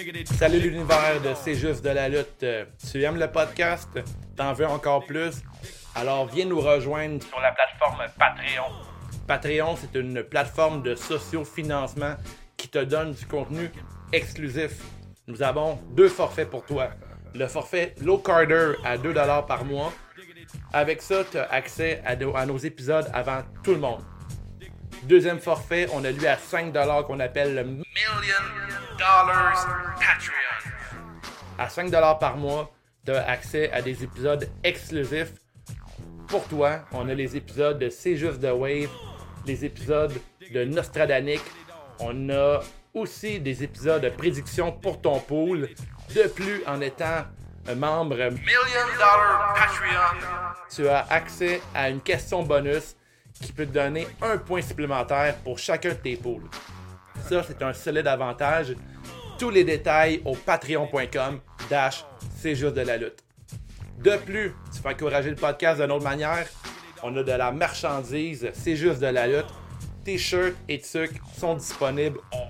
Salut l'univers de C'est juste de la lutte. Tu aimes le podcast? T'en veux encore plus? Alors viens nous rejoindre sur la plateforme Patreon. Patreon, c'est une plateforme de socio-financement qui te donne du contenu exclusif. Nous avons 2 forfaits pour toi. Le forfait Low Carder à 2$ par mois. Avec ça, tu as accès à nos épisodes avant tout le monde. Deuxième forfait, on a lui à 5$ qu'on appelle le $1 Million Patreon. À 5$ par mois, tu as accès à des épisodes exclusifs. Pour toi, on a les épisodes de C'est juste de Wave, les épisodes de Nostradanic. On a aussi des épisodes de prédiction pour ton pool. De plus, en étant un membre $1 Million Patreon, tu as accès à une question bonus qui peut te donner 1 point supplémentaire pour chacun de tes pools. Ça, c'est un solide avantage. Tous les détails au patreon.com/c'est juste de la lutte. De plus, tu peux encourager le podcast d'une autre manière. On a de la marchandise, c'est juste de la lutte. T-shirts et trucs sont disponibles au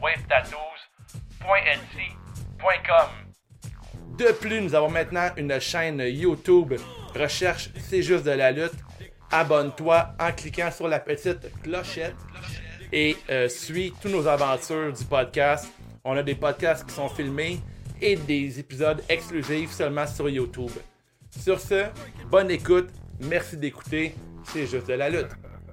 wavetattoos.etsy.com. De plus, nous avons maintenant une chaîne YouTube. Recherche C'est juste de la lutte. Abonne-toi en cliquant sur la petite clochette et suis toutes nos aventures du podcast. On a des podcasts qui sont filmés et des épisodes exclusifs seulement sur YouTube. Sur ce, bonne écoute. Merci d'écouter. C'est juste de la lutte.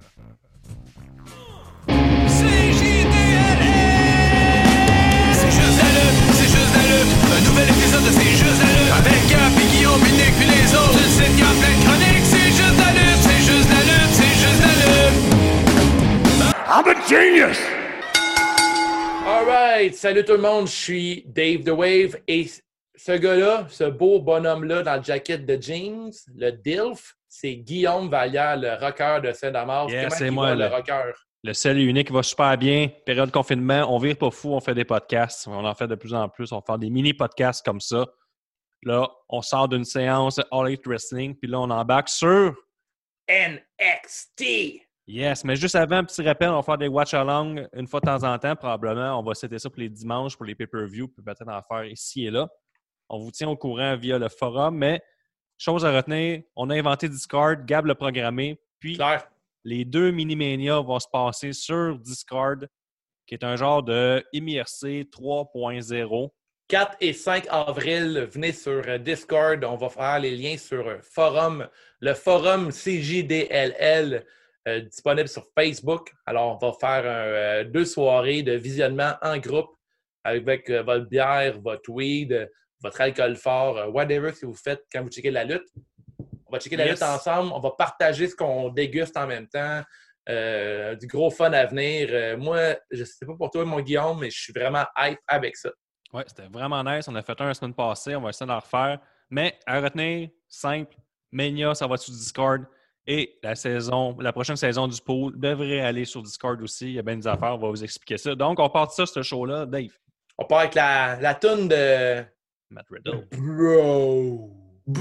Un nouvel épisode de C'est juste la lutte. Avec Gap et Guillaume, Nick puis les autres. Tu le sais qu'il y a plein de chroniques. C'est juste la lutte, c'est juste la lutte, c'est juste la lutte. I'm a genius! Alright, salut tout le monde, je suis Dave The Wave et ce gars-là, ce beau bonhomme-là dans le jacket de jeans, le DILF, c'est Guillaume Vallière, le rocker de Saint-Damas. Yes, Comment c'est il moi, va, le rocker? Le seul et unique va super bien. Période de confinement, on vire pas fou, on fait des podcasts. On en fait de plus en plus. On fait des mini-podcasts comme ça. Là, on sort d'une séance All Elite Wrestling, puis là, on embarque sur NXT! Yes, mais juste avant, petit rappel, on va faire des watch-along une fois de temps en temps, probablement. On va setter ça pour les dimanches, pour les pay-per-view, puis peut-être en faire ici et là. On vous tient au courant via le forum, mais chose à retenir, on a inventé Discord, Gab l'a programmé, puis Claire. les 2 mini-mania vont se passer sur Discord, qui est un genre de MIRC 3.0. 4 et 5 avril, venez sur Discord. On va faire les liens sur forum, le forum CJDLL disponible sur Facebook. Alors, on va faire 2 soirées de visionnement en groupe avec votre bière, votre weed, votre alcool fort, whatever que vous faites quand vous checkez la lutte. On va checker la lutte ensemble. On va partager ce qu'on déguste en même temps. Du gros fun à venir. Moi, je ne sais pas pour toi, mon Guillaume, mais je suis vraiment hype avec ça. Oui, c'était vraiment nice. On a fait un la semaine passée. On va essayer d'en refaire. Mais à retenir, simple, Mania, ça va sur Discord. Et la prochaine saison du pool devrait aller sur Discord aussi. Il y a bien des affaires. On va vous expliquer ça. Donc, on part de ça, ce show-là. Dave. On part avec la toune de Matt Riddle. Bro.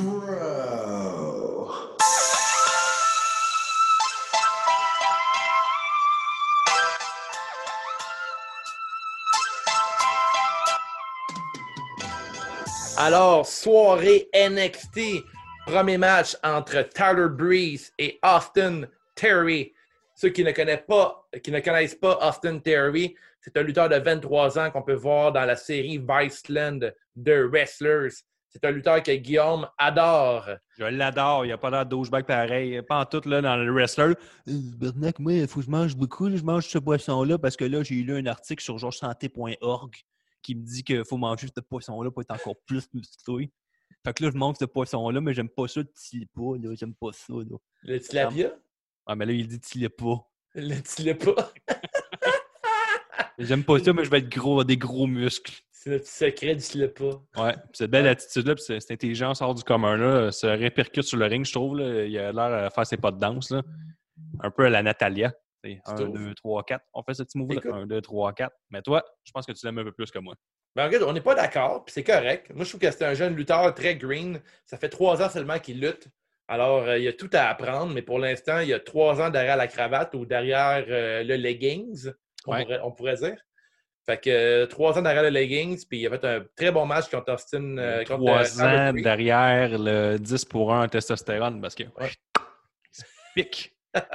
Alors, soirée NXT, premier match entre Tyler Breeze et Austin Theory. Ceux qui ne connaissent pas Austin Theory, c'est un lutteur de 23 ans qu'on peut voir dans la série Viceland de Wrestlers. C'est un lutteur que Guillaume adore. Je l'adore. Il n'y a pas l'air de douchebag pareil. Pas en tout là, dans le wrestler. Bernac, moi, il faut que je mange beaucoup. Je mange ce poisson-là parce que là, j'ai lu un article sur georgesanté.org qui me dit qu'il faut manger ce poisson-là pour être encore plus musclé. Fait que là, je mange ce poisson-là, mais j'aime pas ça le tilipa. J'aime pas ça. Là. Le tilapia? Ah, mais là, il dit tilipa. Le tilapia. J'aime pas ça, mais je vais être gros, des gros muscles. C'est le petit secret du tilapia. Ouais, puis cette belle attitude-là, puis cette intelligence hors du commun, là, se répercute sur le ring, je trouve. Là. Il a l'air de faire ses pas de danse. Là. Un peu à la Natalia. 1, 2, 3, 4. On fait ce petit move-là. 1, 2, 3, 4. Mais toi, je pense que tu l'aimes un peu plus que moi. Ben regarde, on n'est pas d'accord, puis c'est correct. Moi, je trouve que c'est un jeune lutteur très green. Ça fait 3 ans seulement qu'il lutte. Alors, il y a tout à apprendre, mais pour l'instant, il y a 3 ans derrière la cravate ou derrière le leggings, on pourrait dire. Fait que 3 ans derrière le leggings, puis il a fait un très bon match contre Austin. Contre 3 ans Tyler Breeze. derrière le 10-1 en testostérone parce que Ouais. il se pique.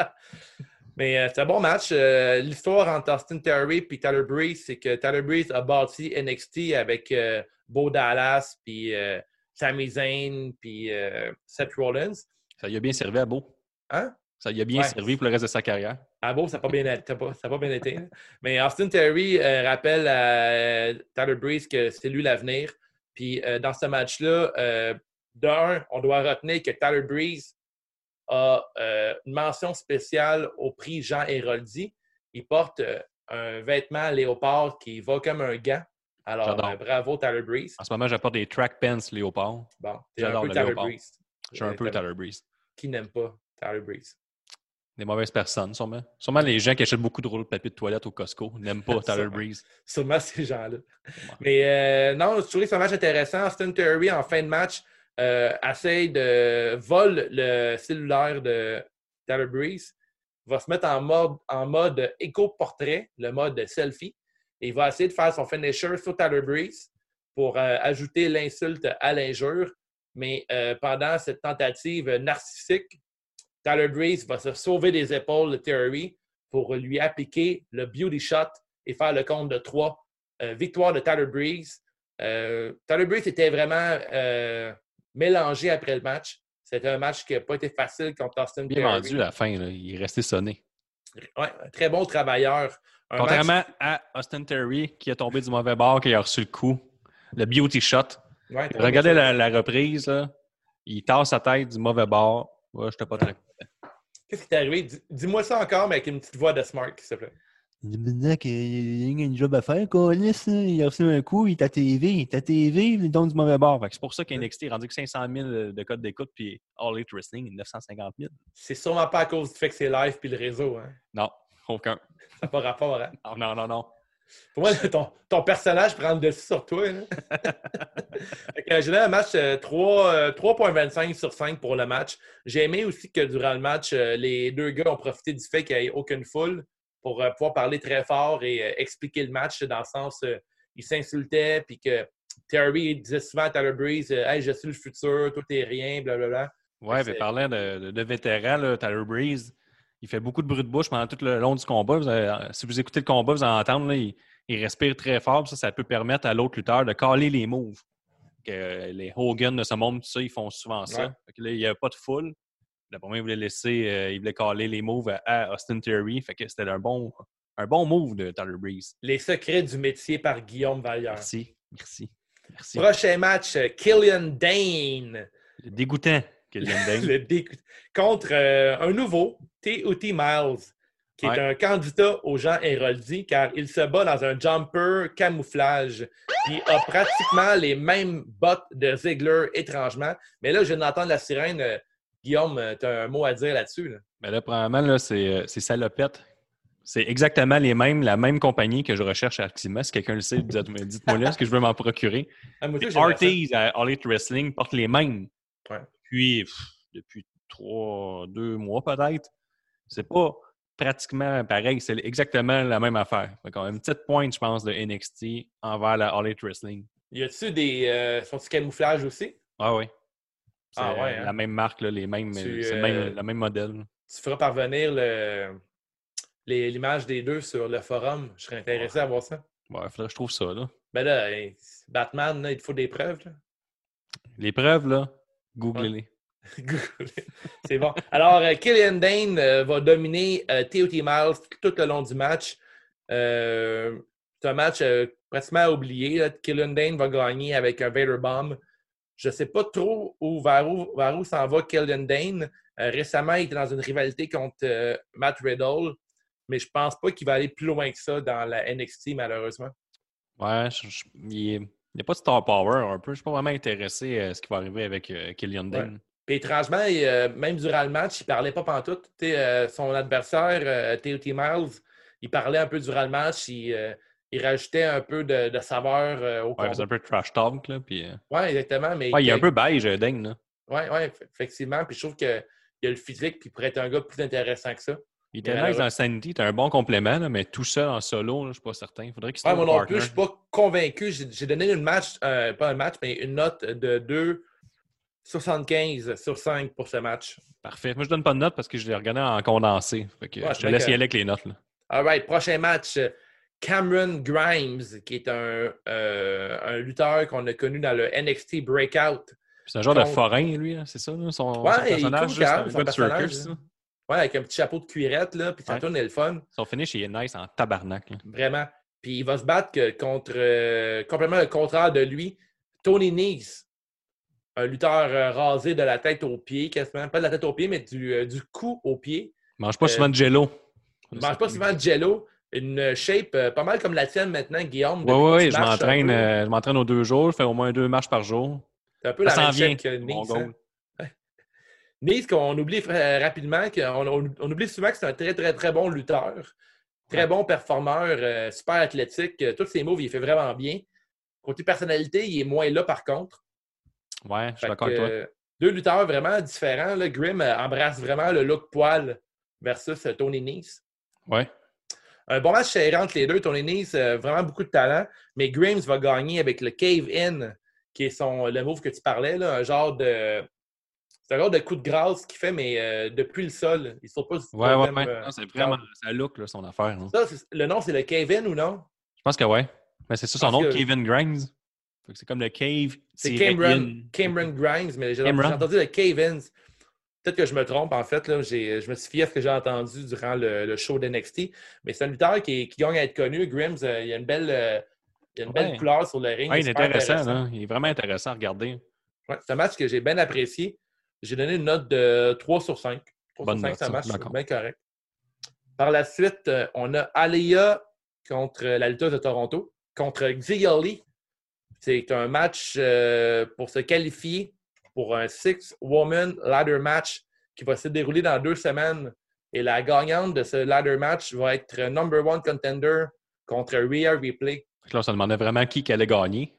Mais c'est un bon match. L'histoire entre Austin Theory et Tyler Breeze, c'est que Tyler Breeze a bâti NXT avec Bo Dallas, puis Sami Zayn, puis Seth Rollins. Ça lui a bien servi à Beau. Hein? Ça lui a bien Ouais. servi pour le reste de sa carrière. À Beau, ça n'a pas bien été. Hein. Mais Austin Theory rappelle à Tyler Breeze que c'est lui l'avenir. Puis dans ce match-là, d'un, on doit retenir que Tyler Breeze a une mention spéciale au prix Jean Héroldi. Il porte un vêtement léopard qui va comme un gant. Alors, bravo Tyler Breeze. En ce moment, j'apporte des track pants léopard. Bon, t'es un J'adore peu le Tyler léopard. Breeze. Je suis un peu Tyler Breeze. Qui n'aime pas Tyler Breeze? Des mauvaises personnes, sûrement. Sûrement les gens qui achètent beaucoup de rouleaux de papier de toilette au Costco n'aiment pas Tyler Breeze. Sûrement ces gens-là. Ouais. Mais non, je trouvais que c'est un match intéressant. Austin Theory, en fin de match, essaye de voler le cellulaire de Tyler Breeze. Il va se mettre en mode éco-portrait, le mode selfie. Et il va essayer de faire son finisher sur Tyler Breeze pour ajouter l'insulte à l'injure. Mais pendant cette tentative narcissique, Tyler Breeze va se sauver des épaules de Theory pour lui appliquer le beauty shot et faire le compte de 3. Victoire de Tyler Breeze. Tyler Breeze était vraiment mélangé après le match. C'était un match qui n'a pas été facile contre Austin Theory. Bien vendu à la fin, là. Il est resté sonné. Oui, un très bon travailleur. Contrairement à Austin Theory qui a tombé du mauvais bord, qui a reçu le coup, le beauty shot. Ouais, regardez la reprise, là. Il tasse sa tête du mauvais bord. Ouais, je n'étais pas très content. Qu'est-ce qui t'est arrivé? Dis-moi ça encore, mais avec une petite voix de Smart, s'il te plaît. Il me disait qu'il y a une job à faire, Colis. Il a reçu un coup, il est à TV, il donne du mauvais bord. C'est pour ça qu'NXT est rendu que 500 000 de codes d'écoute, puis All Elite Wrestling, 950 000. C'est sûrement pas à cause du fait que c'est live puis le réseau. Hein? Non, aucun. Ça n'a pas rapport. Hein? Non. Pour moi, ton personnage prend le dessus sur toi. J'ai donné un match 3.25 sur 5 pour le match. J'ai aimé aussi que durant le match, les deux gars ont profité du fait qu'il n'y ait aucune foule pour pouvoir parler très fort et expliquer le match dans le sens ils s'insultaient puis que Theory disait souvent à Tyler Breeze Hey, je suis le futur, tout est rien, blablabla. Ouais, mais parlant de vétérans, là, Tyler Breeze, il fait beaucoup de bruit de bouche pendant tout le long du combat. Si vous écoutez le combat, vous allez entendre, là, il respire très fort. Ça peut permettre à l'autre lutteur de caler les moves. Que les Hogan de ce monde, tout ça, ils font souvent ça. Ouais. Là, il n'y avait pas de foule. D'après moi, il voulait caler les moves à Austin Theory. Fait que c'était un bon move de Tyler Breeze. Les secrets du métier par Guillaume Vallière. Merci. Prochain match, Killian Dane. Le dégoûtant Killian Dane. Contre un nouveau, T.O.T. Miles, qui est un candidat aux Jean Héroldi, car il se bat dans un jumper camouflage. Il a pratiquement les mêmes bottes de Ziggler, étrangement. Mais là, je viens d'entendre la sirène. Guillaume, tu as un mot à dire là-dessus. Là. Mais là, probablement, là, c'est salopette. C'est exactement la même compagnie que je recherche à Actima. Si quelqu'un le sait, dites-moi là, ce que je veux m'en procurer. Les Arties à All Elite Wrestling portent les mêmes. Ouais. Puis, depuis 2 mois peut-être, c'est pas pratiquement pareil. C'est exactement la même affaire. Fait qu'on a une petite pointe, je pense, de NXT envers la All Elite Wrestling. Y a-tu des... sont-tu camouflage aussi? Ah oui. C'est hein? la même marque, là, le même modèle. Tu feras parvenir l'image des deux sur le forum. Je serais intéressé à voir ça. Ouais, faudrait que je trouve ça, là. Ben là, Batman, là, il te faut des preuves. Là. Les preuves, là, googlez-les. C'est bon. Alors, Killian Dane va dominer T.O.T. Miles tout le long du match. C'est un match pratiquement oublié. Là. Killian Dane va gagner avec un Vader Bomb. Je ne sais pas trop vers où s'en va Killian Dane. Récemment, il était dans une rivalité contre Matt Riddle, mais je ne pense pas qu'il va aller plus loin que ça dans la NXT, malheureusement. Ouais, il n'y a pas de star power un peu. Je ne suis pas vraiment intéressé à ce qui va arriver avec Killian Dane. Ouais. Puis étrangement, même durant le match, il ne parlait pas pantoute. Son adversaire, T.O.T. Miles, il parlait un peu durant le match. Il rajoutait un peu de saveur au combat. Ouais, c'est un peu trash talk. Puis... Oui, exactement. Mais il est un peu beige, Dane. Oui, effectivement. Puis je trouve qu'il a le physique puis il pourrait être un gars plus intéressant que ça. Il était Mais nice dans Sanity, il était un bon complément, là, mais tout seul en solo, là, je suis pas certain. Il faudrait qu'il se Ouais, trouve moi un non plus, partner. je suis pas convaincu. J'ai donné pas un match, mais une note de 2,75 sur 5 pour ce match. Parfait. Moi, je donne pas de note parce que je l'ai regardé en condensé. Fait que Ouais, je te laisse y aller avec les notes. Là. All right, prochain match. Cameron Grimes, qui est un lutteur qu'on a connu dans le NXT Breakout. C'est un genre de Contre- forain, lui, là, c'est ça? Là? Son Ouais, il est personnage, cool là, c'est quand un même, son gars de personnage. circus. Là. Là. Ouais, avec un petit chapeau de cuirette, là, puis sa Ouais. tourne est le fun. Son finish, il est nice en tabarnak. Là. Vraiment. Puis il va se battre contre complètement le contraire de lui, Tony Nese. Un lutteur rasé de la tête aux pieds, quasiment. Pas de la tête aux pieds, mais du cou aux pieds. Il mange pas souvent de jello. Il ne mange pas souvent de jello. Une shape pas mal comme la tienne maintenant, Guillaume. Oui, depuis que tu je marches un peu. je m'entraîne aux 2 jours. Je fais au moins 2 marches par jour. C'est un peu Ça la s'en même vient, shape que mon Nese. goal. Hein? Nese, qu'on oublie rapidement, on oublie souvent que c'est un très, très, très bon lutteur. Très bon performeur, super athlétique. Tous ses moves, il fait vraiment bien. Côté personnalité, il est moins là par contre. Ouais, je suis Fait d'accord que, avec toi. deux lutteurs vraiment différents. Là. Grimm embrasse vraiment le look poil versus Tony Nese. Ouais. Un bon match serré entre les deux. Tony Nese, vraiment beaucoup de talent. Mais Grimes va gagner avec le Cave-In, qui est le move que tu parlais. Là, c'est un genre de coup de grâce qu'il fait, mais depuis le sol. Il ne saute pas sur Ouais. le même, Non, c'est vraiment ça look, là, son affaire. Là. Ça, le nom, c'est le Cave-In ou non? Je pense que ouais. Mais c'est ça son Parce nom, que- Kevin Grimes. Fait que c'est comme le cave. C'est Cameron. Cameron Grimes, mais j'ai Cameron. entendu le Cave-In. Peut-être que je me trompe, en fait. Là, je me suis fié à ce que j'ai entendu durant le show d'NXT. Mais c'est un lutteur qui gagne à être connu. Grimes, il y a une belle couleur sur le ring. Ouais, il est super intéressant. Là. Il est vraiment intéressant à regarder. Ouais, c'est un match que j'ai bien apprécié. J'ai donné une note de 3 sur 5. 3 Bonne sur 5, note, c'est un ça, match d'accord. bien correct. Par la suite, on a Aliyah contre la lutteuse de Toronto, contre Xia. C'est un match pour se qualifier pour un Six-Woman Ladder Match qui va se dérouler dans 2 semaines. Et la gagnante de ce ladder match va être number 1 contender contre Rhea Ripley. Fait que là, on se demandait vraiment qui allait gagner.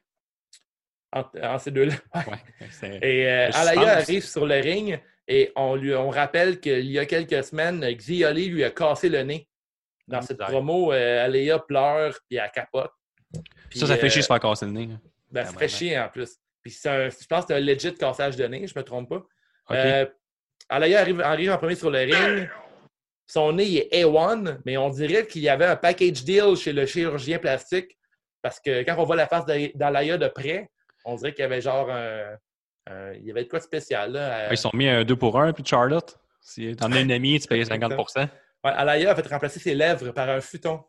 En ces deux-là. Ouais, Et Aliyah arrive sur le ring et on rappelle qu'il y a quelques semaines, Xia Li lui a cassé le nez. Dans cette promo, Aliyah pleure puis elle capote. Puis, ça fait chier de se faire casser le nez. Ben, ça fait chier en plus. Puis je pense que c'est un legit cassage de nez, je me trompe pas. OK. Aliyah arrive en premier sur le ring. Son nez il est A1, mais on dirait qu'il y avait un package deal chez le chirurgien plastique. Parce que quand on voit la face d'Aliyah de près, on dirait qu'il y avait genre il y avait de quoi de spécial. Là, Ils sont mis un 2 pour 1, puis Charlotte. Si t'en as une amie, tu payes 50%. Ouais, Aliyah a fait remplacer ses lèvres par un futon.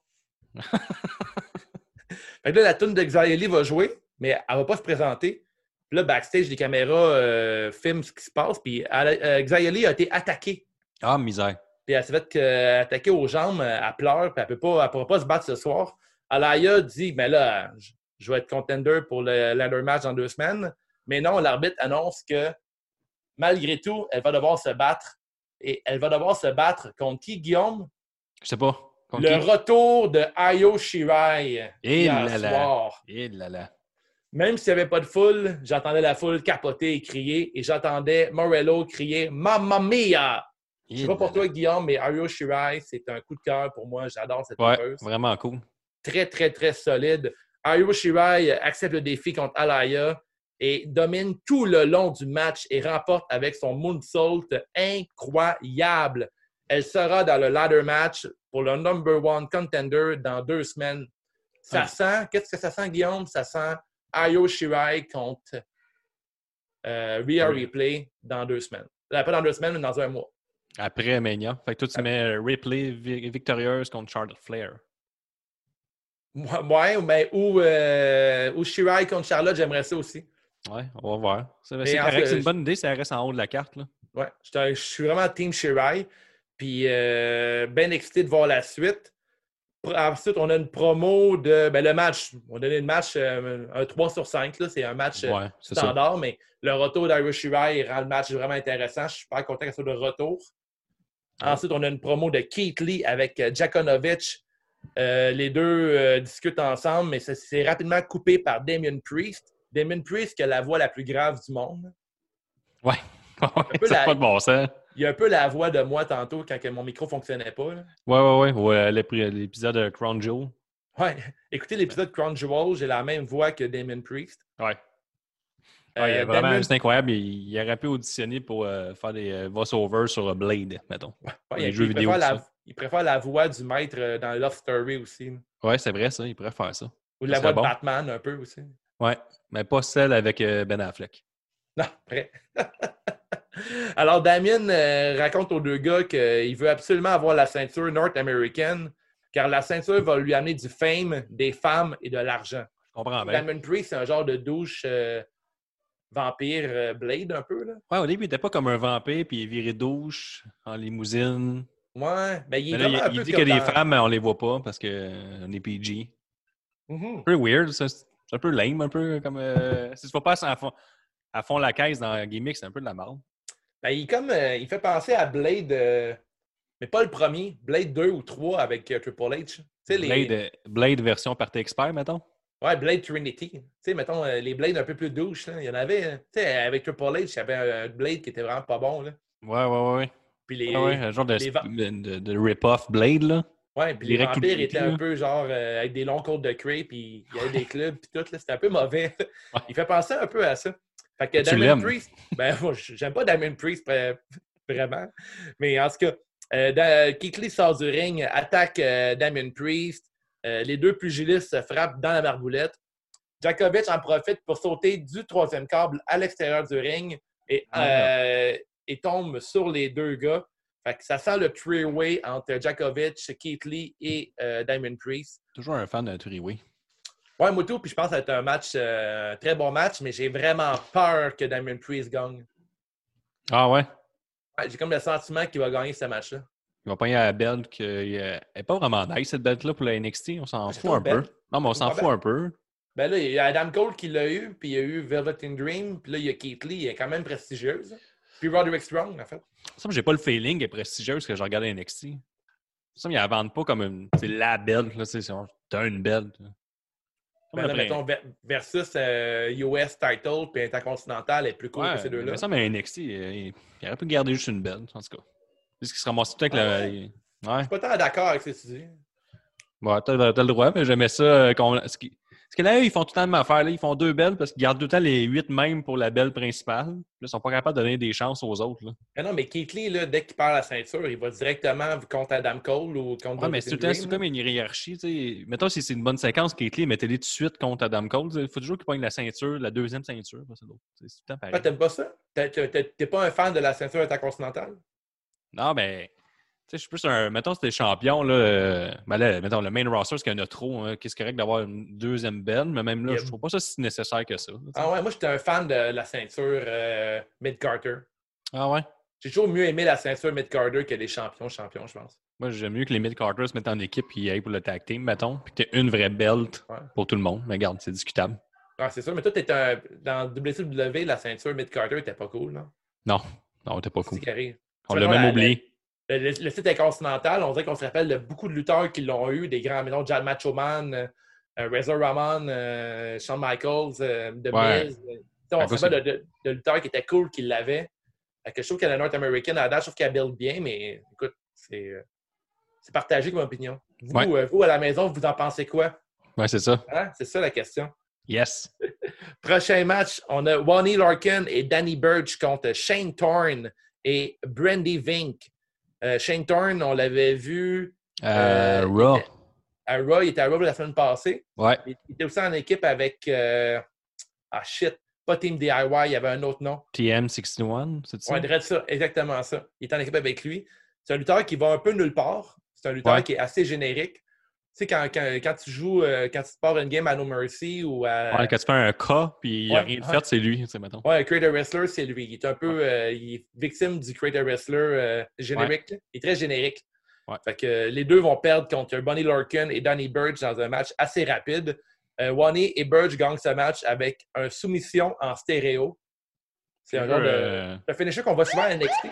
Fait que là, la toune de Xia Li va jouer, mais elle ne va pas se présenter. Puis là, backstage, les caméras filment ce qui se passe. Puis Xia Li a été attaquée. Ah, misère. Puis elle s'est fait attaquer aux jambes, elle pleure, puis elle ne pourra pas se battre ce soir. Aliyah dit, ben là, je vais être contender pour le ladder match dans 2 semaines. Mais non, l'arbitre annonce que malgré tout, elle va devoir se battre. Et elle va devoir se battre contre qui, Guillaume? Je sais pas. Contre Le qui? retour de Io Shirai Et hier là là. soir. Et là là. Même s'il n'y avait pas de foule, j'entendais la foule capoter et crier. Et j'entendais Morello crier « Mamma mia !» Je ne sais pas pour toi, Guillaume, mais Io Shirai, c'est un coup de cœur pour moi. J'adore cette Ouais, lutteuse. vraiment cool. Très, très, très solide. Io Shirai accepte le défi contre Aliyah et domine tout le long du match et remporte avec son moonsault incroyable. Elle sera dans le ladder match pour le number 1 contender dans 2 semaines. Ça sent, qu'est-ce que ça sent, Guillaume? Ça sent Io Shirai contre Rhea Ripley dans 2 semaines. Pas dans 2 semaines, mais dans 1 mois. Après Mania. Fait que toi, tu mets Ripley victorieuse contre Charlotte Flair. Ouais, mais ou Shirai contre Charlotte, j'aimerais ça aussi. Ouais, on va voir. C'est Mais en correct, fait, c'est une bonne idée, ça reste en haut de la carte. Là. Ouais, je suis vraiment team Shirai. Puis bien excité de voir la suite. Ensuite, on a une promo de le match. On a donné le match un 3 sur 5. Là. C'est un match Ouais, c'est standard, mais le retour d'Io Shirai rend le match vraiment intéressant. Je suis super content qu'elle soit de retour. Ensuite, on a une promo de Keith Lee avec Djakonovic. Les deux discutent ensemble, mais c'est rapidement coupé par Damien Priest. Damien Priest qui a la voix la plus grave du monde. Ouais. Ça n'a pas de bon sens. Il y a un peu la voix de moi tantôt quand que mon micro fonctionnait pas. Là. Ouais, l'épisode de Crown Jewel. Ouais, écoutez l'épisode Crown Jewel, j'ai la même voix que Damon Priest. Ouais. Vraiment, Damon, c'est incroyable. Il aurait pu auditionner pour faire des voice-overs sur Blade, mettons. ouais, Les jeux vidéo. Il préfère la voix du maître dans Love Story aussi. Ouais, c'est vrai, ça. Il pourrait faire ça. Ou Ça la voix serait de Batman un peu aussi. Ouais, mais pas celle avec Ben Affleck. Non, prêt. Alors, Damien raconte aux deux gars qu'il veut absolument avoir la ceinture nord-américaine car la ceinture va lui amener du fame, des femmes et de l'argent. Je comprends bien. Damon Priest, c'est un genre de douche vampire Blade un peu. Là. Ouais, au début, il était pas comme un vampire, puis il est viré douche en limousine. Ouais, mais il est Mais là, vraiment un il peu dit comme que les dans... femmes, on les voit pas parce qu'on est PG. Mhm. Un peu weird, ça. C'est un peu lame, un peu comme... si tu vas pas à fond la caisse dans la gimmick, c'est un peu de la merde. Ben, il fait penser à Blade, mais pas le premier, Blade 2 ou 3 avec Triple H. Tu sais, Blade version partie expert, mettons. Ouais, Blade Trinity. Tu sais, mettons, les Blades un peu plus douches. Là. Il y en avait, tu sais, avec Triple H, il y avait un Blade qui était vraiment pas bon. Là. Ouais. Puis Un genre de rip-off Blade, là. Ouais, puis les vampires étaient un peu genre avec des longs côtes de craie, puis il y avait des clubs, puis tout, là, c'était un peu mauvais. Il fait penser un peu à ça. Fait que Damon Priest, ben moi, j'aime pas Damon Priest vraiment, mais en tout cas, Keith Lee sort du ring, attaque Damon Priest, les deux pugilistes se frappent dans la marboulette. Djokovic en profite pour sauter du troisième câble à l'extérieur du ring et tombe sur les deux gars. Fait que ça sent le three-way entre Djokovic, Keith Lee et Damon Priest. Toujours un fan d'un three-way. Ouais, Moutou, puis je pense que ça va être un match, très bon match, mais j'ai vraiment peur que Damon Priest gagne. Ah ouais? Ouais, j'ai comme le sentiment qu'il va gagner ce match-là. Il va pogner à la belt qu'elle n'est pas vraiment nice, cette belt-là, pour la NXT. On s'en fout un peu. Non, mais on s'en fout un peu. Ben là, il y a Adam Cole qui l'a eu, puis il y a eu Velvet in Dream, puis là, il y a Keith Lee, elle est quand même prestigieuse. Puis Roderick Strong, en fait. Ça, j'ai pas le feeling qu'elle est prestigieuse que je regarde à NXT. Ça, ils la vendent pas comme une, la belt, là, t'as une belt. Ben là, mettons, versus US Title puis Intercontinental est plus cool que ces deux-là. Mais ça, mais NXT, il aurait pu garder juste une belt, en tout cas. Puisqu'il se ramasse tout avec Ouais. Je suis pas tant d'accord avec ce que tu dis. Ouais, t'as le droit, mais j'aimais ça. Parce que là, ils font tout le temps la même affaire. Là. Ils font deux belles parce qu'ils gardent tout le temps les 8 mêmes pour la belle principale. Là, ils sont pas capables de donner des chances aux autres. Là. Mais non, mais Keith Lee, là, dès qu'il perd la ceinture, il va directement contre Adam Cole ou contre Ouais, mais c'est comme une hiérarchie. T'sais. Mettons, si c'est une bonne séquence, Keith Lee, mettez-les tout de suite contre Adam Cole. Il faut toujours qu'il pogne la ceinture, la deuxième ceinture. C'est tout le temps pareil. T'aimes pas ça? T'es pas un fan de la ceinture intercontinentale? Non, mais... Tu sais, je suis plus un... Mettons, c'était champion, là... Ben là, mettons, le main roster, c'est qu'il y en a trop. Hein, qu'est-ce correct d'avoir une deuxième belle, mais même là, je trouve pas ça si nécessaire que ça. Là, ah ouais, moi, j'étais un fan de la ceinture Mid-Carter. Ah ouais? J'ai toujours mieux aimé la ceinture Mid-Carter que les champions, je pense. Moi, j'aime mieux que les Mid-Carters se mettent en équipe et aillent pour le tag team, mettons, puis que tu aies une vraie belt pour tout le monde. Mais regarde, c'est discutable. Ah, c'est sûr, mais toi, dans WCW, la ceinture Mid-Carter était pas cool, non? Non, t'es pas cool. C'est on l'a même oublié. Le site intercontinental, on dirait qu'on se rappelle de beaucoup de lutteurs qui l'ont eu, des grands, mettons, Jack Macho Man, Razor Ramon, Shawn Michaels, The Miz. On se rappelle de lutteurs qui étaient cool, qui l'avaient. Je trouve que la North American, à la date, je trouve qu'elle build bien, mais écoute, c'est partagé comme opinion. Vous, à la maison, vous en pensez quoi? Ouais, c'est ça. Hein? C'est ça la question. Yes. Prochain match, on a Oney Larkin et Danny Burch contre Shane Thorne et Brandy Vink. Shane Thorne, on l'avait vu Raw. À Raw, il était à Raw la semaine passée. Ouais. Il était aussi en équipe avec pas Team DIY, il y avait un autre nom. TM61, c'est ça? Ouais, dirait ça, exactement ça. Il est en équipe avec lui. C'est un lutteur qui va un peu nulle part. C'est un lutteur qui est assez générique. Tu sais, quand tu joues, quand tu pars une game à No Mercy ou à... Ouais, quand tu fais un K, puis il n'y a rien de fait, c'est lui, tu sais, mettons. Ouais, Creator Wrestler, c'est lui. Il est un peu... il est victime du Creator Wrestler générique. Ouais. Il est très générique. Ouais. Fait que les deux vont perdre contre Oney Larkin et Danny Burch dans un match assez rapide. Oney et Burch gagnent ce match avec une soumission en stéréo. C'est un genre de finisher qu'on voit souvent à NXT.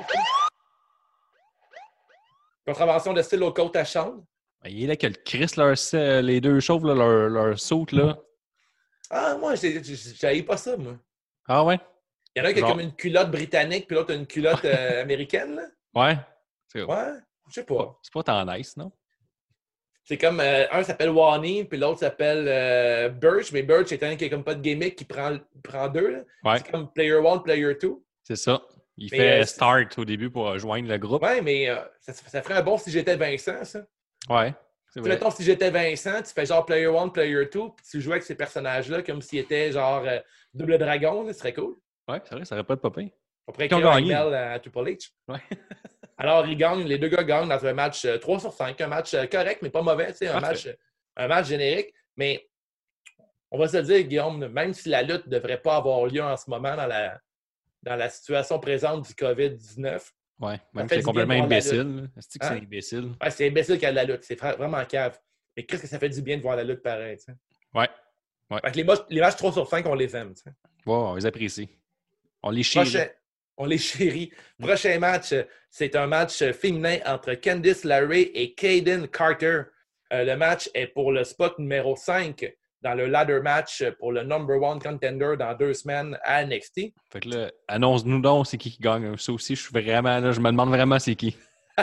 Contravention de style au côte à chambre. Il est là que le Chris, les deux chauves, là, leur saute, là. Ah, moi, j'avais pas ça, moi. Ah ouais? Il y en a un qui a Genre- comme une culotte britannique, puis l'autre a une culotte américaine, là. Ouais. C'est Ouais, je sais pas. c'est pas tant nice, non? C'est comme un s'appelle Wani, puis l'autre s'appelle Birch, mais Birch étant qui n'a comme pas de gimmick, qui prend deux. Là. Ouais, C'est comme Player 1, Player 2. c'est ça. Il Mais, fait start au début pour rejoindre le groupe. Ouais, mais ça ferait un bon si j'étais Vincent, ça. Ouais, c'est Tu sais, vrai. mettons, si j'étais Vincent, tu fais genre Player 1, Player 2, puis tu jouais avec ces personnages-là comme s'ils étaient genre Double Dragon, là, ce serait cool. Ouais, c'est vrai, ça aurait pas de popin. On pourrait Qui ont écrire un gagné. email à Triple H. Ouais. Alors, ils gagnent, les deux gars gagnent dans un match 3 sur 5, un match correct, mais pas mauvais, tu sais, Parfait. un match générique. Mais on va se le dire, Guillaume, même si la lutte ne devrait pas avoir lieu en ce moment dans la situation présente du COVID-19, Ouais, même fait que c'est du complètement bien de voir la imbécile. C'est que Hein? c'est imbécile. ouais, c'est imbécile qu'il y a de la lutte. C'est vraiment cave. Mais qu'est-ce que ça fait du bien de voir la lutte pareil, tu sais. Ouais. Fait que les matchs 3 sur 5, on les aime, tu sais. Ouais, on les apprécie. On les chérit. On les chérit. Prochain match, c'est un match féminin entre Candice LeRae et Kaden Carter. Le match est pour le spot numéro 5 dans le ladder match pour le number 1 contender dans 2 semaines à NXT. Fait que là, annonce-nous donc c'est qui gagne. Ça aussi, je suis vraiment là, je me demande vraiment c'est qui.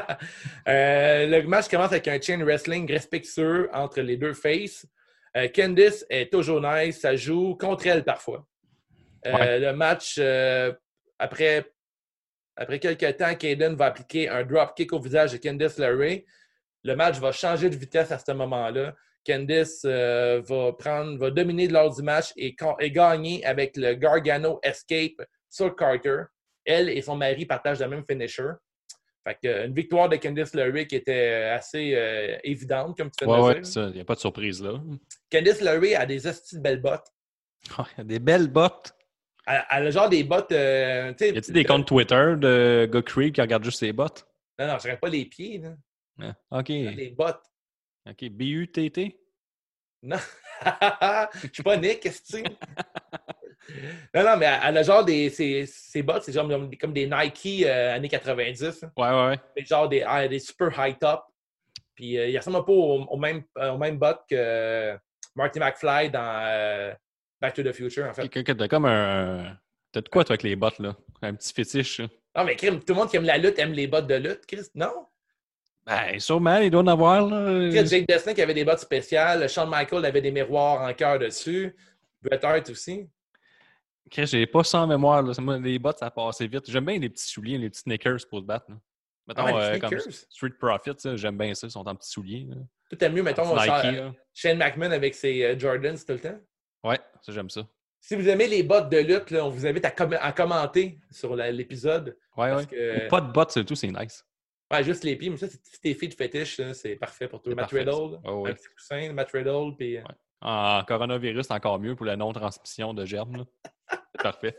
Le match commence avec un chain wrestling respectueux entre les deux faces. Candice est toujours nice, ça joue contre elle parfois. Ouais. Le match, après quelques temps, Kaden va appliquer un dropkick au visage de Candice LeRae. Le match va changer de vitesse à ce moment-là. Candice va dominer lors du match et gagner avec le Gargano Escape sur Carter. Elle et son mari partagent le même finisher. Fait que, une victoire de Candice LeRae qui était assez évidente, comme tu fais de le Ouais, dire. ça, il n'y a pas de surprise là. Candice LeRae a des hosties de belles bottes. Ouais, des belles bottes. Elle a genre des bottes. Tu sais, Y a-t-il des comptes Twitter de gars Creed qui regardent juste ses bottes? Non, je dirais pas les pieds. Là. Ah, OK. Les bottes. OK. B-U-T-T? Non. Je suis pas Nick, qu'est-ce que tu sais? Non, mais elle a genre ses bottes, c'est genre comme des Nike années 90. Hein. Ouais. Mais genre des super high top. Puis il ressemble un peu aux mêmes bottes que Marty McFly dans Back to the Future, en fait. T'as comme un. T'as de quoi, toi, avec les bottes, là? Un petit fétiche, là? Non, mais crime, tout le monde qui aime la lutte aime les bottes de lutte, Chris. Non? Ben, sûrement, il doit en avoir, là. Chris, Jake Destiny qui avait des bottes spéciales. Shawn Michaels avait des miroirs en cœur dessus. Bret Hart aussi. Chris, j'ai pas ça en mémoire, là. Moi, les bottes, ça passe vite. J'aime bien les petits souliers, les petits sneakers pour se battre, là. Mettons, Ah ouais, les comme sneakers. Street Profits, ça, j'aime bien ça. Ils sont en petits souliers, là. Tout aime mieux, mettons, Nike, là. Shane McMahon avec ses Jordans tout le temps. Ouais, ça, j'aime ça. Si vous aimez les bottes de lutte, là, on vous invite à commenter sur l'épisode. Ouais. Que... Ou pas de bottes, c'est tout, c'est nice. Ouais, juste les pieds. Mais ça, si t'es fille de fétiche, là, c'est parfait pour toi. C'est Matt parfait, Riddle, ça. Ouais. un petit coussin, Matt Riddle, puis... Ouais. En coronavirus, c'est encore mieux pour la non-transmission de germes, là. C'est parfait.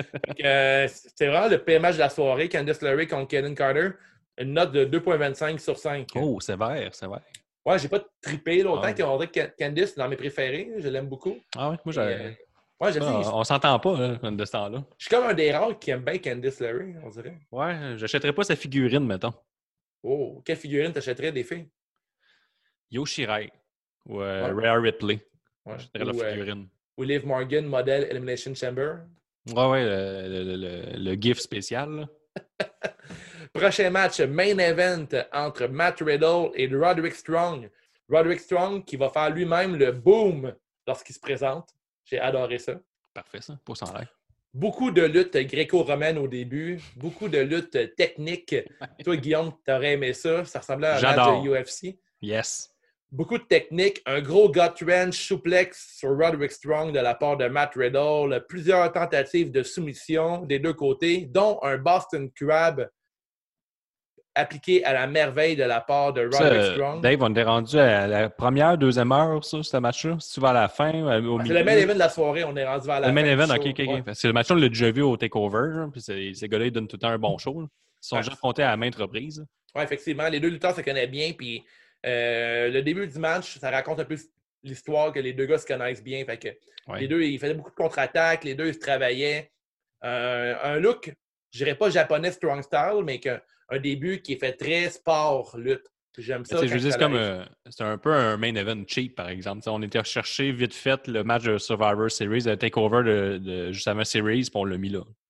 c'est vraiment le pire match de la soirée. Candice LeRae contre Kaden Carter. Une note de 2,25 sur 5. Oh, sévère. Ouais, j'ai pas trippé. Là, autant Ah. qu'on dirait que Candice, c'est dans mes préférés. Je l'aime beaucoup. Ah ouais, moi, j'ai... Ouais, je sais. On s'entend pas, hein, de ce temps-là. Je suis comme un des rares qui aime bien Candice LeRae, on dirait. Ouais, j'achèterais pas sa figurine, mettons. Oh, quelle figurine t'achèterais des filles? Yoshi-Rai ou Ouais. Rhea Ripley. Ouais. J'achèterais la figurine. Ou Liv Morgan, modèle Elimination Chamber. Ouais, le GIF spécial, là. Prochain match, main event entre Matt Riddle et Roderick Strong. Roderick Strong qui va faire lui-même le boom lorsqu'il se présente. J'ai adoré ça. Parfait, ça. Pour s'en l'air. Beaucoup de luttes gréco-romaines au début. Beaucoup de luttes techniques. Toi, Guillaume, t'aurais aimé ça. Ça ressemblait à un match de UFC. Yes. Beaucoup de techniques. Un gros gut wrench suplex sur Roderick Strong de la part de Matt Riddle. Plusieurs tentatives de soumission des deux côtés, dont un Boston Crab appliqué à la merveille de la part de Roderick Strong. Dave, on est rendu à la première, deuxième heure, ça, ce match-là. Si tu vas à la fin, au milieu. C'est le main event de la soirée, on est rendu vers la fin. Le main event, du ok. show. Ouais. C'est le match-là, on l'a déjà vu au TakeOver. Genre, puis ces gars-là, ils donnent tout le temps un bon show. Là. Ils sont déjà affrontés à maintes reprises. Oui, effectivement. Les deux lutteurs se connaissent bien. Puis le début du match, ça raconte un peu l'histoire que les deux gars se connaissent bien. Fait que les deux, ils faisaient beaucoup de contre-attaques. Les deux, ils se travaillaient. Un look, je dirais pas japonais strong style, mais un début qui est fait très sport-lutte. J'aime ça. Je veux dire, c'est un peu un main event cheap, par exemple. T'sais, on était chercher vite fait le match de Survivor Series, le TakeOver de juste avant Series, puis on l'a mis là.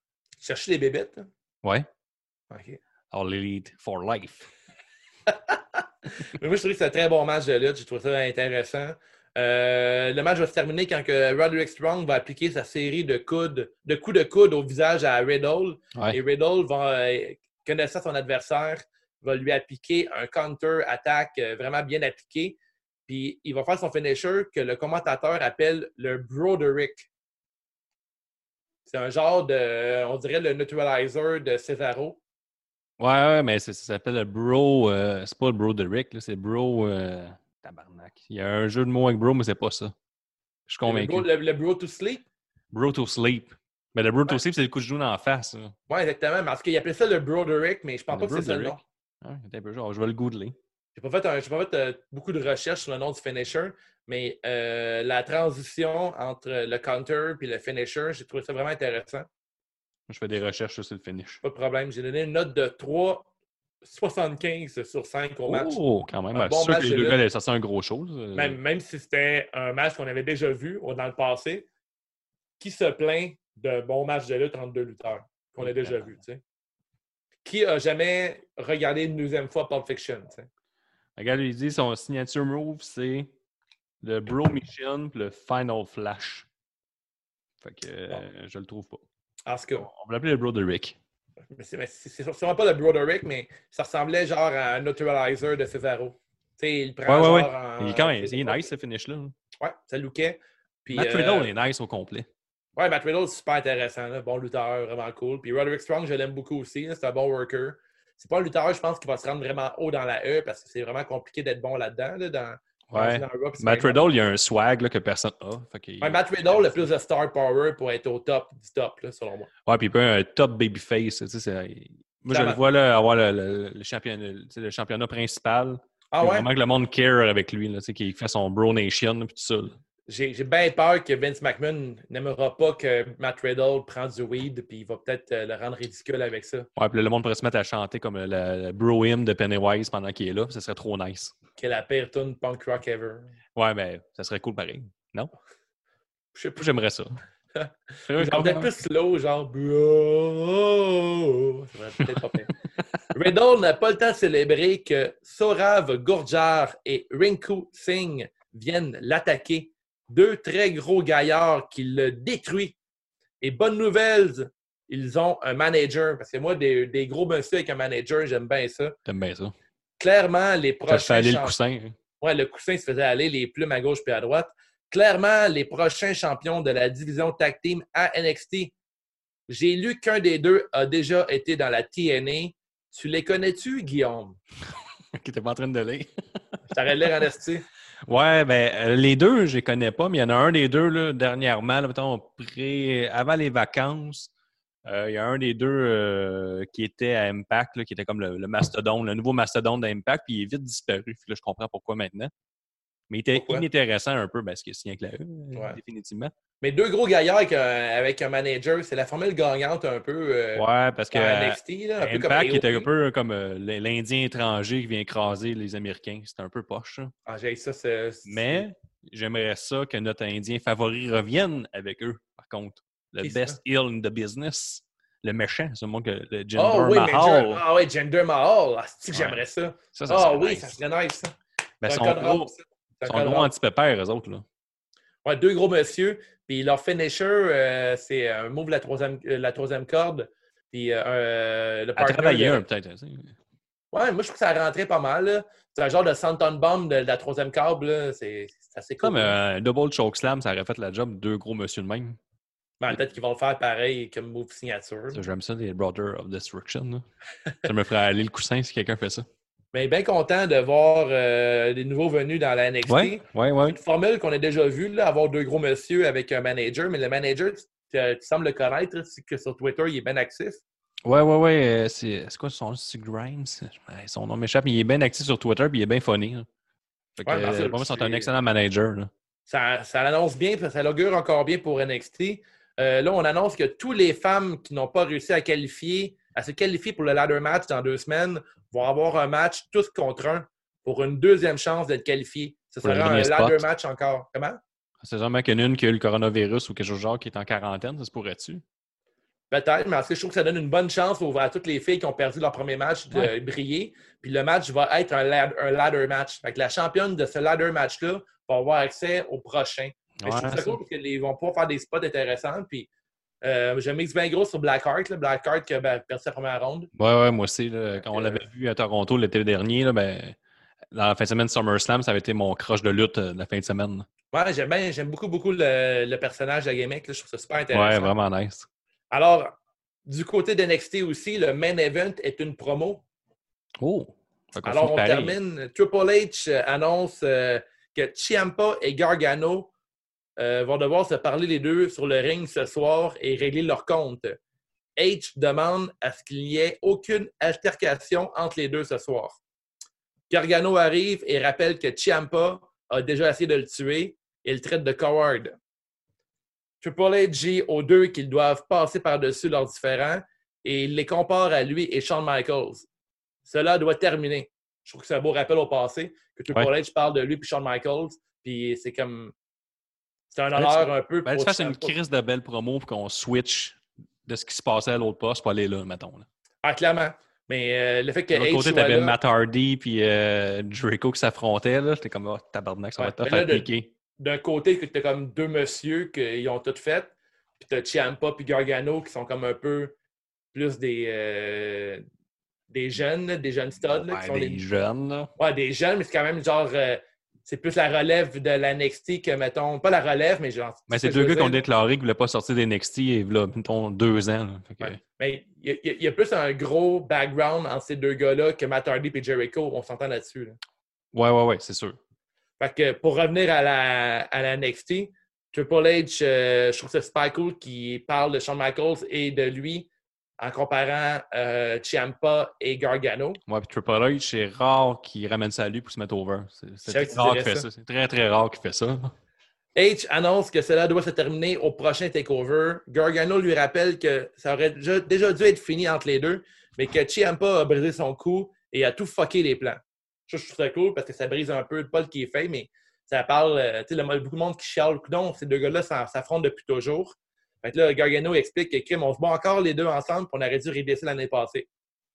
Chercher les bébites. Là. Ouais. OK. All Elite for life. Mais moi, je trouve que c'est un très bon match de lutte. J'ai trouvé ça intéressant. Le match va se terminer quand que Roderick Strong va appliquer sa série de coups de coude au visage à Riddle. Ouais. Et Riddle, connaissant son adversaire, va lui appliquer un counter-attaque vraiment bien appliqué. Puis il va faire son finisher que le commentateur appelle le Broderick. C'est un genre de, on dirait, le neutralizer de Cesaro. Ouais, mais ça s'appelle le Bro. C'est pas le Broderick, là, c'est Bro. Tabarnak. Il y a un jeu de mots avec Bro, mais c'est pas ça. Je suis convaincu. Le Bro to Sleep. Bro to Sleep. Mais le Bro to Ouais. Sleep, c'est le coup de genou dans la face. Là. Oui, exactement. Parce qu'il appelait ça le Broderick, mais je pense pas que c'est ça le nom. Ah, attends un peu, genre, je vais le googler. J'ai pas fait beaucoup de recherches sur le nom du finisher, mais la transition entre le counter et le finisher, j'ai trouvé ça vraiment intéressant. Je fais des recherches sur le finish. Pas de problème. J'ai donné une note de 3,75 sur 5 au match. Oh, quand même. Un bon sûr match que de les deux lutte. gars allaient sortir un gros show. Même si c'était un match qu'on avait déjà vu dans le passé, qui se plaint d'un bon match de lutte entre deux lutteurs qu'on a déjà vu, tu sais? Qui a jamais regardé une deuxième fois Pulp Fiction, tu sais? Regarde, il dit son signature move, c'est le Bro Mission et le Final Flash. Fait que je le trouve pas. En tout cas, On va l'appeler le Broderick. c'est sûrement pas le Broderick, mais ça ressemblait genre à un neutralizer de Cesaro. Tu sais, il prend Ouais. genre en... Il est nice, ce finish-là. Ouais, ça lookait. Puis, Matt Riddle est nice au complet. Ouais, Matt Riddle, c'est super intéressant. Là. Bon lutteur, vraiment cool. Puis Roderick Strong, je l'aime beaucoup aussi. Là. C'est un bon worker. C'est pas un lutteur, je pense, qui va se rendre vraiment haut dans la E parce que c'est vraiment compliqué d'être bon là-dedans. Là, Ouais. dans Raw, Matt Riddle, il y a un swag là, que personne n'a. Ouais, Matt Riddle a plus de star power pour être au top du top, là, selon moi. Ouais, puis il peut être un top babyface. Tu sais, moi, je le vois là, avoir le championnat principal. Ah ouais? Vraiment que le monde care avec lui, là, qu'il fait son Bro Nation et tout ça. Là. J'ai bien peur que Vince McMahon n'aimera pas que Matt Riddle prend du weed puis il va peut-être le rendre ridicule avec ça. Ouais, puis le monde pourrait se mettre à chanter comme le Bro Hymn de Pennywise pendant qu'il est là. Ça serait trop nice. Quelle la pire tune punk rock ever. Ouais, mais ça serait cool pareil. Non? Je sais pas. J'aimerais ça. Genre peut-être plus slow, genre bro. Ça serait peut-être pas pire. Riddle n'a pas le temps de célébrer que Saurav Gurjar et Rinku Singh viennent l'attaquer. Deux très gros gaillards qui le détruisent. Et bonne nouvelle, ils ont un manager. Parce que moi, des gros messieurs avec un manager, j'aime bien ça. T'aimes bien ça. Clairement, les prochains... Ça fait aller le coussin. Hein. Ouais, le coussin se faisait aller, les plumes à gauche puis à droite. Clairement, les prochains champions de la division Tag Team à NXT. J'ai lu qu'un des deux a déjà été dans la TNA. Tu les connais-tu, Guillaume? Qui était pas en train de lire. Je t'arrête de lire en esti. Ouais, ben les deux, je les connais pas, mais il y en a un des deux là, dernièrement, là, mettons, avant les vacances. Il y a un des deux qui était à Impact, là, qui était comme le mastodonte, le nouveau mastodonte d'Impact, puis il est vite disparu. Là, je comprends pourquoi maintenant. Mais il était inintéressant un peu, parce que c'est rien que la E, définitivement. Mais deux gros gaillards avec un manager, c'est la formule gagnante un peu. Ouais, parce que NXT, là, un peu Impact comme était un peu comme l'Indien étranger qui vient écraser les Américains. C'était un peu poche, ça. Ah, j'ai ça, Mais j'aimerais ça que notre Indien favori revienne avec eux, par contre. Le best heel in the business. Le méchant, c'est moi que le Jinder Mahal. Ah oui, Jinder Mahal. Ah, c'est que j'aimerais ça. Ça oui, nice. ça serait nice, ça. Ben, son gros anti-pépère, eux autres, là. Ouais, deux gros messieurs. Puis leur finisher, c'est un move la troisième corde. Puis le partner... À travailler un, peut-être. Ouais, moi, je trouve que ça rentrait pas mal. Là. C'est un genre de Santon Bomb de la troisième corde. Là. C'est assez cool. Comme un double chokeslam, ça aurait fait la job. Deux gros monsieur de même. Ben, peut-être qu'ils vont le faire pareil comme move signature. J'aime ça, les Brothers of Destruction. Ça me ferait aller le coussin si quelqu'un fait ça. Mais bien content de voir des nouveaux venus dans la NXT. Ouais. Une formule qu'on a déjà vue, là, avoir deux gros messieurs avec un manager. Mais le manager, tu sembles le connaître, que sur Twitter, il est bien actif. Ouais. C'est quoi son nom? C'est Grimes? Son nom m'échappe, mais il est bien actif sur Twitter et il est bien funny. Là. Fait que, pour moi, c'est un excellent manager. Là. Ça l'annonce bien, ça l'augure encore bien pour NXT. Là, on annonce que toutes les femmes qui n'ont pas réussi à se qualifier pour le ladder match dans 2 semaines vont avoir un match tous contre un pour une deuxième chance d'être qualifiés. Ce sera un ladder match encore. Comment? C'est sûrement qu'il y en a une qui a eu le coronavirus ou quelque chose de genre qui est en quarantaine, ça se pourrait-tu? Peut-être, mais en tout cas, je trouve que ça donne une bonne chance à toutes les filles qui ont perdu leur premier match de briller. Puis le match va être un ladder match. Fait que la championne de ce ladder match-là va avoir accès au prochain. Je trouve ça cool parce qu'ils vont pouvoir faire des spots intéressants. Puis je mixe bien gros sur Blackheart. Blackheart qui a perdu sa première ronde. Ouais, moi aussi. Là, quand on l'avait vu à Toronto l'été dernier, là, dans la fin de semaine SummerSlam, ça avait été mon crush de lutte de la fin de semaine. Ouais, j'aime beaucoup le personnage de la gimmick. Je trouve ça super intéressant. Ouais, vraiment nice. Alors, du côté de NXT aussi, le main event est une promo. Oh! Alors, on termine. Triple H annonce que Ciampa et Gargano vont devoir se parler les deux sur le ring ce soir et régler leur compte. H demande à ce qu'il n'y ait aucune altercation entre les deux ce soir. Gargano arrive et rappelle que Ciampa a déjà essayé de le tuer et le traite de coward. Triple H dit aux deux qu'ils doivent passer par-dessus leurs différends et il les compare à lui et Shawn Michaels. Cela doit terminer. Je trouve que c'est un beau rappel au passé que Triple H parle de lui et Shawn Michaels. Puis c'est comme... C'est un honneur un peu pour... tu fasses une crise de belle promo pour qu'on switch de ce qui se passait à l'autre poste pour aller là, mettons. Là. Ah, clairement. Mais le fait que de l'autre côté, t'avais Matt Hardy puis Jericho qui s'affrontaient. T'es comme, oh, tabarnak, ça va être tough à appliquer. D'un côté, tu as comme deux messieurs qui ont tout fait. Puis tu as Ciampa puis Gargano qui sont comme un peu plus des jeunes studs. Là, qui sont des jeunes. Là. Ouais, des jeunes, mais c'est quand même genre... c'est plus la relève de la NXT que, mettons... Pas la relève, mais genre... Mais c'est deux gars qui ont déclaré qu'ils ne voulaient pas sortir des NXT il y a, mettons, 2 ans. Là. Que... Ouais. Mais il y a plus un gros background entre ces deux gars-là que Matt Hardy et Jericho. On s'entend là-dessus. Là. Ouais, c'est sûr. Fait que pour revenir à la NXT, Triple H, je trouve que c'est super cool qu'il parle de Shawn Michaels et de lui en comparant Ciampa et Gargano. Ouais, puis Triple H, c'est rare qu'il ramène ça à lui pour se mettre over. C'est très rare qu'il fait ça. C'est très, très rare qu'il fait ça. H annonce que cela doit se terminer au prochain TakeOver. Gargano lui rappelle que ça aurait déjà dû être fini entre les deux, mais que Ciampa a brisé son cou et a tout fucké les plans. Je trouve ça cool parce que ça brise un peu pas le qui est fait, mais ça parle, tu sais, beaucoup de monde qui chiale. Non, ces deux gars-là s'affrontent depuis toujours. Fait que là, Gargano explique que on se bat encore les deux ensemble, puis on aurait dû régler ça l'année passée.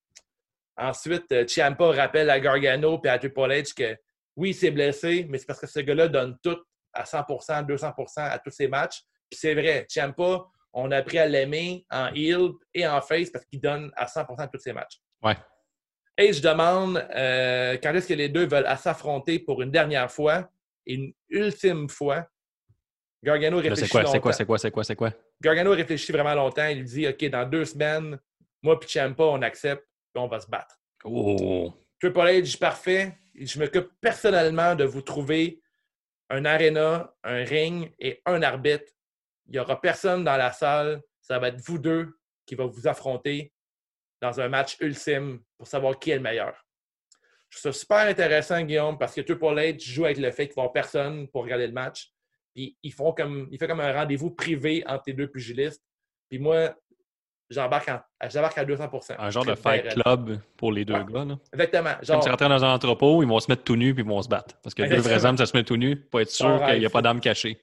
Ensuite, Ciampa rappelle à Gargano et à Triple H que oui, il s'est blessé, mais c'est parce que ce gars-là donne tout à 100%, 200% à tous ses matchs. Puis c'est vrai, Ciampa, on a appris à l'aimer en heel et en face parce qu'il donne à 100% à tous ses matchs. Ouais. Et je demande quand est-ce que les deux veulent s'affronter pour une dernière fois et une ultime fois. Gargano réfléchit longtemps. C'est quoi? Gargano réfléchit vraiment longtemps. Il dit, OK, dans 2 semaines, moi et Ciampa, on accepte et on va se battre. Oh. Triple H, parfait. Je m'occupe personnellement de vous trouver un aréna, un ring et un arbitre. Il n'y aura personne dans la salle. Ça va être vous deux qui va vous affronter dans un match ultime pour savoir qui est le meilleur. Je trouve ça super intéressant, Guillaume, parce que Triple H joue avec le fait qu'il va y avoir personne pour regarder le match. Puis il fait comme un rendez-vous privé entre les deux pugilistes. Puis moi, j'embarque à 200%. Un genre de fight club pour les deux gars. Là. Exactement. Genre... Comme tu rentres dans un entrepôt, ils vont se mettre tout nus puis ils vont se battre. Parce que deux vrais hommes, ça se met tout nu pour être sûr qu'il n'y a pas d'âme cachée.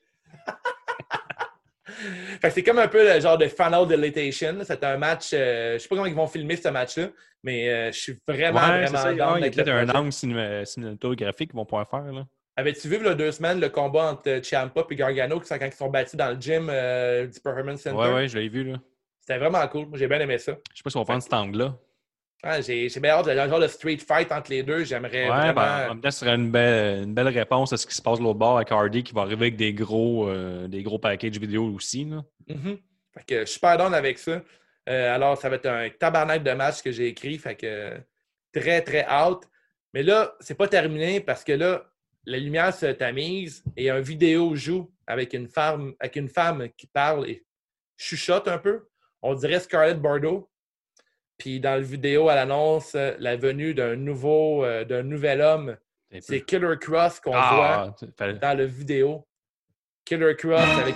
Fait que c'est comme un peu le genre de Final Deletation. C'est un match... je sais pas comment ils vont filmer ce match-là, mais je suis vraiment down avec le projet. Un angle cinématographique qu'ils vont pouvoir faire. Là. Avais-tu vu il y a 2 semaines le combat entre Ciampa et Gargano quand ils sont battus dans le gym du Performance Center? Ouais, je l'ai vu. Là. C'était vraiment cool. Moi, j'ai bien aimé ça. Je sais pas si on va prendre cet angle-là. Ah, j'ai bien hâte. Un genre de street fight entre les deux. J'aimerais vraiment... en même temps, ce serait une belle réponse à ce qui se passe de l'autre bord avec Hardy qui va arriver avec des gros packages vidéo aussi. Là. Fait que je suis super down avec ça. Alors, ça va être un tabarnak de match que j'ai écrit. Fait que très, très hâte. Mais là, c'est pas terminé parce que là, la lumière se tamise et un vidéo joue avec une femme qui parle et chuchote un peu. On dirait Scarlett Bordeaux. Puis dans la vidéo, elle annonce la venue d'un nouvel homme. C'est Killer Kross qu'on voit dans la vidéo. Killer Kross avec...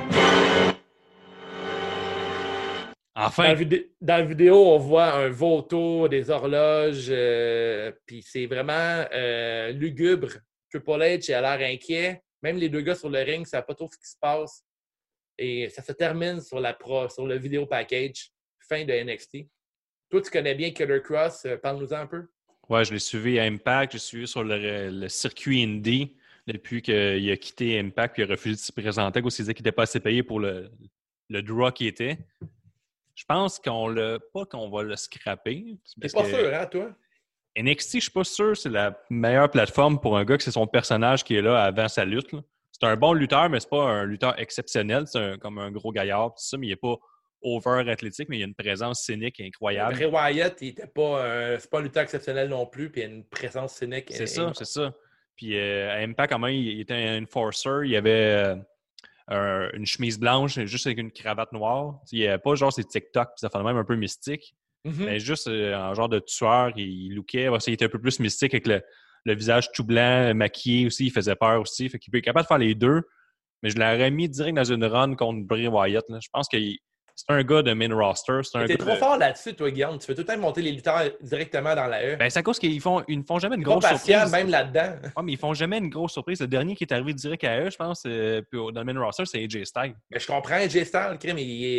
Enfin! Dans la vidéo, on voit un vautour, des horloges, puis c'est vraiment lugubre. Triple H a l'air inquiet. Même les deux gars sur le ring ne savent pas trop ce qui se passe. Et ça se termine sur le vidéo package. fin de NXT. Toi, tu connais bien Killer Cross. Parle-nous-en un peu. Ouais, je l'ai suivi à Impact, j'ai suivi sur le circuit Indie depuis qu'il a quitté Impact puis il a refusé de se présenter parce qu'il disait qu'il n'était pas assez payé pour le draw qu'il était. Je pense qu'on va le scraper. T'es pas sûr, hein, toi? NXT, je suis pas sûr c'est la meilleure plateforme pour un gars que c'est son personnage qui est là avant sa lutte. Là. C'est un bon lutteur, mais c'est pas un lutteur exceptionnel. C'est comme un gros gaillard, tout ça, mais il n'est pas over athlétique, mais il a une présence scénique incroyable. Bray Wyatt, il était pas c'est pas un lutteur exceptionnel non plus, puis il a une présence scénique. C'est ça. Puis à Impact, quand même, il était un enforcer. Il avait une chemise blanche, juste avec une cravate noire. Il n'y avait pas genre ses TikTok, puis ça fait même un peu mystique. Mm-hmm. Mais juste en genre de tueur, il lookait. Il était un peu plus mystique avec le visage tout blanc, maquillé aussi. Il faisait peur aussi. Fait qu'il peut être capable de faire les deux. Mais je l'aurais mis direct dans une run contre Bray Wyatt. Là. Je pense que c'est un gars de main roster. T'es trop fort là-dessus, toi, Guillaume. Tu fais tout le temps monter les lutteurs directement dans la E. Ben, c'est à cause qu'ils ne font jamais une Ils sont grosse patients, surprise. même là-dedans. Ouais, mais ils font jamais une grosse surprise. Le dernier qui est arrivé direct à eux, je pense, dans le main roster, c'est AJ Styles. Mais je comprends, AJ Styles, crime,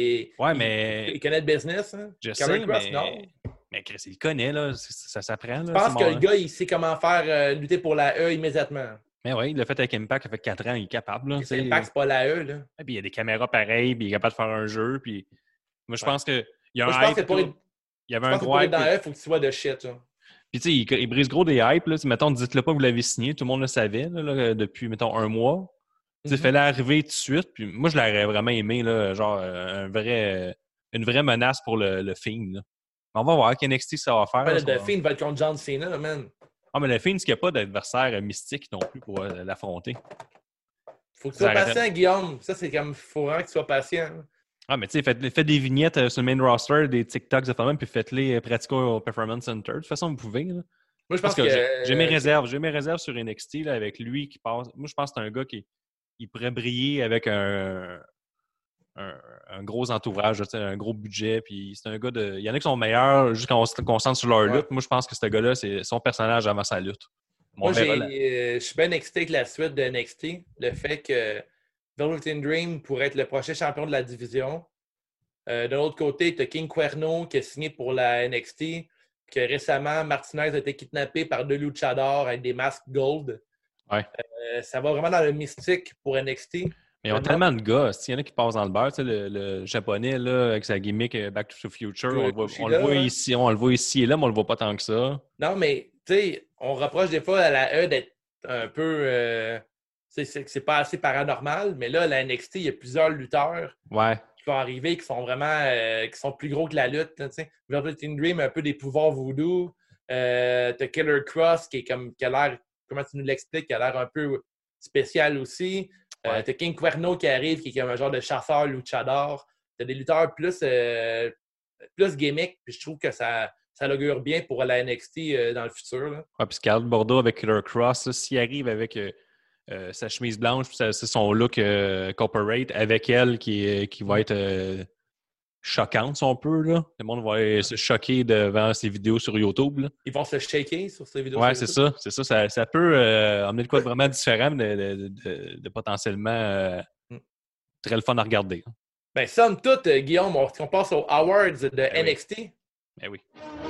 il connaît le business. Hein? Je sais, Cross, non. Mais Chris, il connaît, là. Ça s'apprend. Je pense que le gars, il sait comment faire lutter pour la E immédiatement. Mais oui, il l'a fait avec Impact, ça fait 4 ans, il est capable. Là, Impact, c'est pas la E. Là. Et puis il y a des caméras pareilles, puis il est capable de faire un jeu. Puis moi, je pense qu'il y a un hype. Il y avait un gros hype. Dans la E, il faut que tu sois de shit. Là. Puis tu sais, il brise gros des hypes. Là. Mettons, dites-le pas que vous l'avez signé, tout le monde le savait là, depuis, mettons, 1 mois. Il fallait arriver tout de suite. Puis moi, je l'aurais vraiment aimé, là, genre une vraie menace pour le Fiend. Là. On va voir qu'NXT, ça va faire. Le Fiend va être contre John Cena, man. Ah, mais le Fiend, il n'y a pas d'adversaire mystique non plus pour l'affronter. Faut que tu sois patient, Guillaume. Ça, c'est comme, faut vraiment que tu sois patient. Ah, mais tu sais, faites des vignettes sur le main roster, des TikToks de même, puis faites-les pratiquer au Performance Center. De toute façon, vous pouvez. Là. Moi, je pense que j'ai mes réserves. J'ai mes réserves sur NXT là, avec lui qui passe. Moi, je pense que c'est un gars qui pourrait briller avec un gros entourage, un gros budget. Puis c'est un gars de. Il y en a qui sont meilleurs juste quand on se concentre sur leur lutte. Moi, je pense que ce gars-là, c'est son personnage avant sa lutte. Moi, je suis bien excité avec la suite de NXT. Le fait que Velveteen Dream pourrait être le prochain champion de la division. De l'autre côté, tu as King Cuerno qui a signé pour la NXT. Que récemment, Martinez a été kidnappé par deux luchadors avec des masques gold. Ouais. Ça va vraiment dans le mystique pour NXT. Mais ils ont tellement de gars. Il y en a qui passent dans le beurre. Tu sais, le japonais là, avec sa gimmick Back to the Future, on le voit ici et là, mais on le voit pas tant que ça. Non, mais tu sais, on reproche des fois à la E d'être un peu... c'est pas assez paranormal, mais là, à la NXT, il y a plusieurs lutteurs qui vont arriver, qui sont vraiment qui sont plus gros que la lutte. Velveteen Dream a un peu des pouvoirs voodoo. T'as Killer Cross qui a l'air, comment tu nous l'expliques, qui a l'air un peu spécial aussi. T'as King Cuerno qui arrive, qui est comme un genre de chasseur luchador. T'as des lutteurs plus gimmick, puis je trouve que ça l'augure bien pour la NXT dans le futur. Là. Ouais, puis Scarlett Bordeaux avec Killer Cross, s'il arrive avec sa chemise blanche, puis c'est son look corporate, avec elle qui va être choquante, si on peut. Là. Le monde va se choquer devant ses vidéos sur YouTube. Là. Ils vont se shaker sur ces vidéos. Ouais, c'est ça. Ça peut amener de quoi de vraiment différent, de potentiellement très le fun à regarder. Hein. Ben, somme toute, Guillaume, on passe aux Awards de NXT. Ben oui.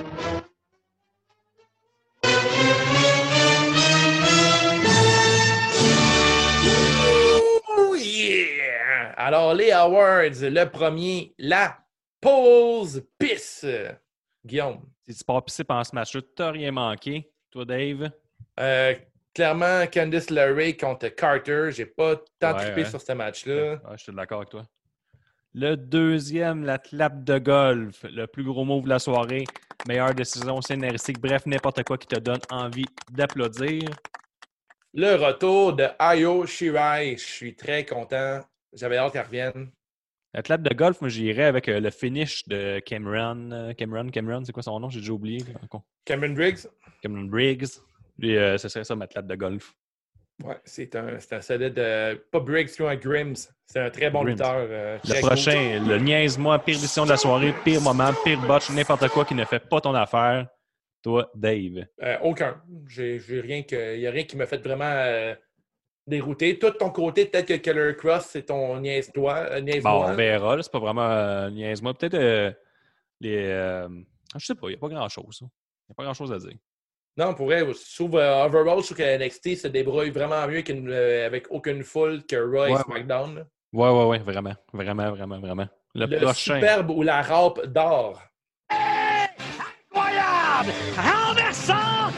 Oh yeah! Alors, les Awards, le premier, la pause pisse. Guillaume. Si tu pars pisser pendant ce match-là, tu n'as rien manqué. Toi, Dave? Clairement, Candice LeRae contre Carter. J'ai pas tant trippé sur ce match-là. Ouais, je suis d'accord avec toi. Le deuxième, la clap de golf. Le plus gros move de la soirée. Meilleure décision scénaristique. Bref, n'importe quoi qui te donne envie d'applaudir. Le retour de Io Shirai. Je suis très content. J'avais hâte qu'elle revienne. La clap de golf, moi, j'irais avec le finish de Cameron. Cameron, c'est quoi son nom? J'ai déjà oublié. Cameron Briggs. Cameron Briggs. Lui, ce serait ça, ma clap de golf. Ouais, c'est un solide. Pas Briggs, c'est un Grims. C'est un très bon lutteur. Le prochain, le niaise-moi, pire décision de la soirée, pire moment, pire botch, n'importe quoi qui ne fait pas ton affaire. Toi, Dave. Aucun. Il n'y a rien qui m'a fait vraiment dérouter. Toi, de ton côté, peut-être que Killer Cross, c'est ton niaise-toi. Bon, on verra. C'est pas vraiment niaise-moi. Peut-être Je sais pas, il n'y a pas grand-chose. Il n'y a pas grand-chose à dire. Non, pour vrai, je trouve overall, je trouve que NXT se débrouille vraiment mieux avec aucune foule que Raw et Ouais, SmackDown. Là. Ouais, vraiment. Le prochain. superbe ou la râpe d'or. Incroyable! Renversant!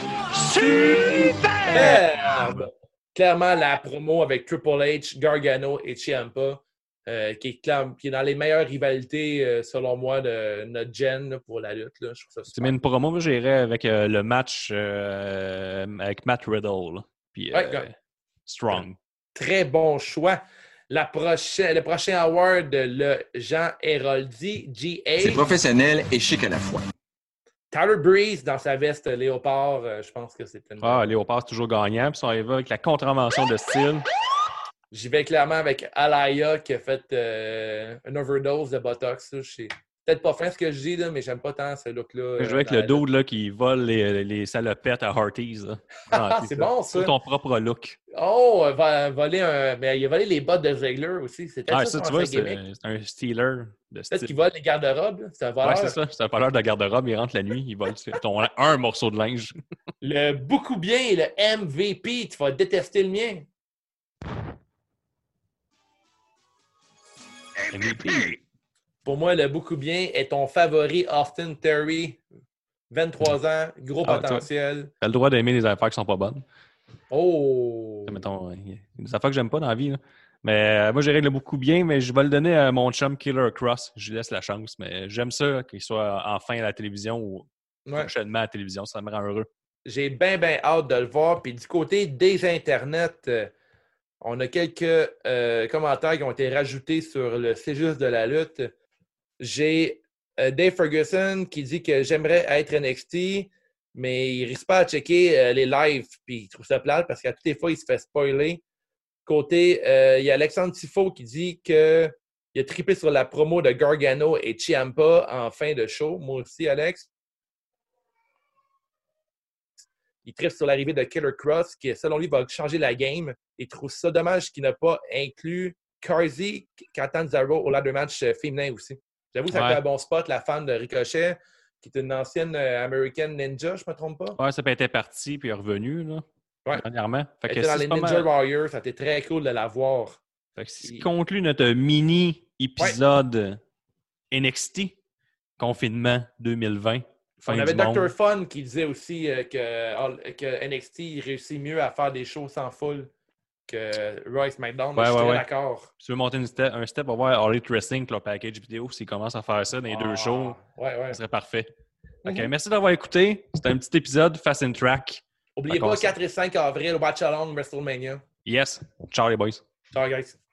Superbe! Clairement, la promo avec Triple H, Gargano et Ciampa, qui est dans les meilleures rivalités, selon moi, de notre gen là, pour la lutte. Là. Je trouve ça Tu super. mets une promo, moi, j'irais avec le match avec Matt Riddle. Là. Puis Strong. Très bon choix. Le prochain award, le Jean Héroldi, GA. C'est professionnel et chic à la fois. Tyler Breeze dans sa veste léopard, je pense que c'est une... Léopard, c'est toujours gagnant. Puis ça, il va avec la contravention de style. J'y vais clairement avec Alaya qui a fait une overdose de Botox. Là. C'est peut-être pas fin ce que je dis, là, mais j'aime pas tant ce look-là. Je vais avec le dude là, qui vole les salopettes à Harties. C'est bon, ça. C'est ton propre look. Oh, mais il a volé les bottes de Ziggler aussi. C'était Ça, tu vois, c'est un stealer de style. Peut-être qu'il vole les garde-robes. Là. C'est un voleur. Ouais, c'est ça. C'est un voleur de garde-robe. Il rentre la nuit. Il vole un morceau de linge. Le beaucoup bien, le MVP. Tu vas détester le mien. MVP. Pour moi, le beaucoup bien est ton favori, Austin Theory. 23 ans, gros potentiel. Tu as le droit d'aimer des affaires qui sont pas bonnes. Oh! Mettons, il y a des affaires que j'aime pas dans la vie. Là. Mais moi, j'ai réglé beaucoup bien, mais je vais le donner à mon chum Killer Cross. Je lui laisse la chance. Mais j'aime ça qu'il soit enfin à la télévision ou prochainement à la télévision. Ça me rend heureux. J'ai bien hâte de le voir. Puis du côté des internets, on a quelques commentaires qui ont été rajoutés sur le C'est juste de la lutte. J'ai Dave Ferguson qui dit que j'aimerais être NXT, mais il ne risque pas à checker les lives, puis il trouve ça plate parce qu'à toutes les fois, il se fait spoiler. Côté, il y a Alexandre Tifo qui dit qu'il a trippé sur la promo de Gargano et Ciampa en fin de show. Moi aussi, Alex. Il trippe sur l'arrivée de Killer Cross, qui, selon lui, va changer la game. Il trouve ça dommage qu'il n'a pas inclus Carzy, Catanzaro au ladder match féminin aussi. J'avoue que ça fait un bon spot, la fan de Ricochet, qui est une ancienne American Ninja, je ne me trompe pas. Ouais, ça peut être parti puis elle est revenue, là, dernièrement. Elle était dans les Ninja Warriors, ça a été très cool de la voir. Fait que si conclut notre mini-épisode NXT, confinement 2020. On avait Dr. Fun qui disait aussi que NXT réussit mieux à faire des shows sans foule que Royce McDonald. Je suis d'accord. Si tu veux monter un step, on va voir All Elite Wrestling, leur package vidéo, s'ils commencent à faire ça dans les 2 shows, ça serait parfait. Okay, merci d'avoir écouté. C'était un petit épisode Fast and Track. N'oubliez pas 4 et 5 avril au Bachelor WrestleMania. Yes. Ciao les boys. Ciao guys.